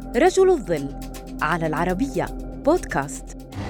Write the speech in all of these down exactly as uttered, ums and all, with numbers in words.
رجل الظل على العربية بودكاست.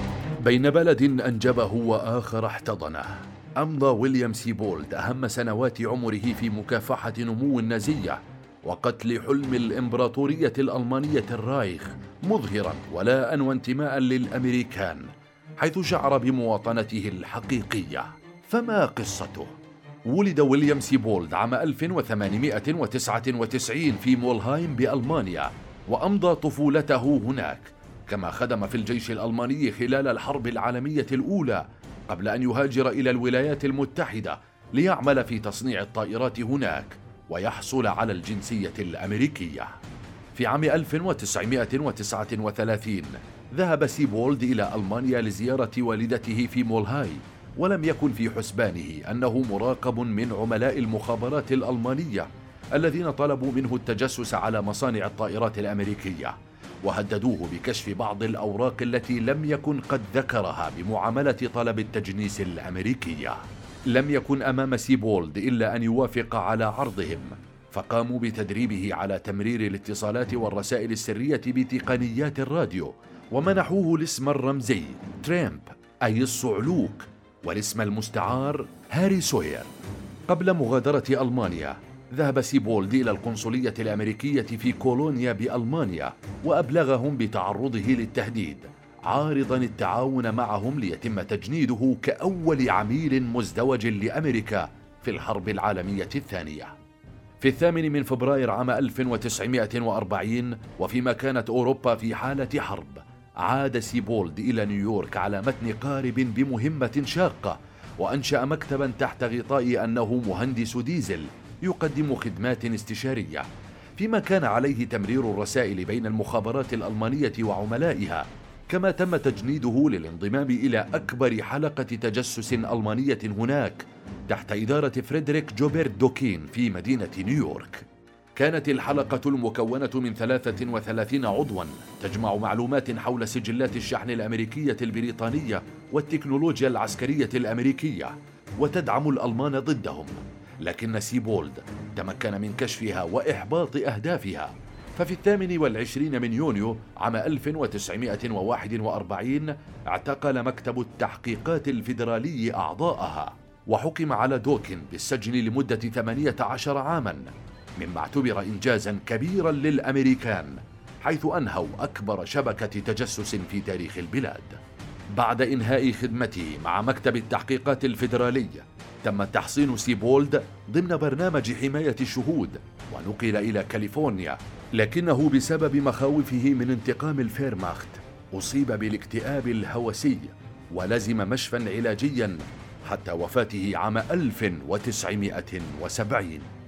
بين بلد أنجبه وآخر احتضنه، أمضى ويليام سيبولد أهم سنوات عمره في مكافحة نمو النازية وقتل حلم الإمبراطورية الألمانية الرايخ، مظهراً ولاءً وانتماءً للأمريكان، حيث شعر بمواطنته الحقيقية. فما قصته؟ ولد ويليام سيبولد عام ألف وثمانمائة وتسعة وتسعين في مولهايم بألمانيا، وأمضى طفولته هناك، كما خدم في الجيش الألماني خلال الحرب العالمية الأولى قبل أن يهاجر إلى الولايات المتحدة ليعمل في تصنيع الطائرات هناك ويحصل على الجنسية الأمريكية. في عام ألف وتسعمائة وتسعة وثلاثين ذهب سيبولد إلى ألمانيا لزيارة والدته في مولهاي، ولم يكن في حسبانه أنه مراقب من عملاء المخابرات الألمانية الذين طلبوا منه التجسس على مصانع الطائرات الأمريكية، وهددوه بكشف بعض الأوراق التي لم يكن قد ذكرها بمعاملة طلب التجنيس الأمريكية. لم يكن أمام سيبولد إلا أن يوافق على عرضهم، فقاموا بتدريبه على تمرير الاتصالات والرسائل السرية بتقنيات الراديو، ومنحوه الاسم الرمزي ترامب أي الصعلوك، والاسم المستعار هاري سوير. قبل مغادرة ألمانيا ذهب سيبولد إلى القنصلية الأمريكية في كولونيا بألمانيا، وأبلغهم بتعرضه للتهديد، عارضاً التعاون معهم ليتم تجنيده كأول عميل مزدوج لأمريكا في الحرب العالمية الثانية. في الثامن من فبراير عام ألف وتسعمائة وأربعين، وفيما كانت أوروبا في حالة حرب، عاد سيبولد إلى نيويورك على متن قارب بمهمة شاقة، وأنشأ مكتباً تحت غطاء أنه مهندس ديزل يقدم خدمات استشارية، فيما كان عليه تمرير الرسائل بين المخابرات الألمانية وعملائها. كما تم تجنيده للانضمام إلى أكبر حلقة تجسس ألمانية هناك تحت إدارة فريدريك جوبرت دوكين في مدينة نيويورك. كانت الحلقة المكونة من ثلاثة وثلاثين عضواً تجمع معلومات حول سجلات الشحن الأمريكية البريطانية والتكنولوجيا العسكرية الأمريكية، وتدعم الألمان ضدهم. لكن سيبولد تمكن من كشفها وإحباط أهدافها، ففي الثامن والعشرين من يونيو عام ألف وتسعمائة وواحد وأربعين اعتقل مكتب التحقيقات الفيدرالي أعضاءها، وحكم على دوكن بالسجن لمدة ثمانية عشر عاماً، مما اعتبر إنجازاً كبيراً للأمريكان، حيث أنهوا أكبر شبكة تجسس في تاريخ البلاد. بعد إنهاء خدمته مع مكتب التحقيقات الفيدرالي، تم تحصين سيبولد ضمن برنامج حماية الشهود، ونقل إلى كاليفورنيا، لكنه بسبب مخاوفه من انتقام الفيرماخت أصيب بالاكتئاب الهوسي، ولزم مشفى علاجيا حتى وفاته عام ألف وتسعمائة وسبعين.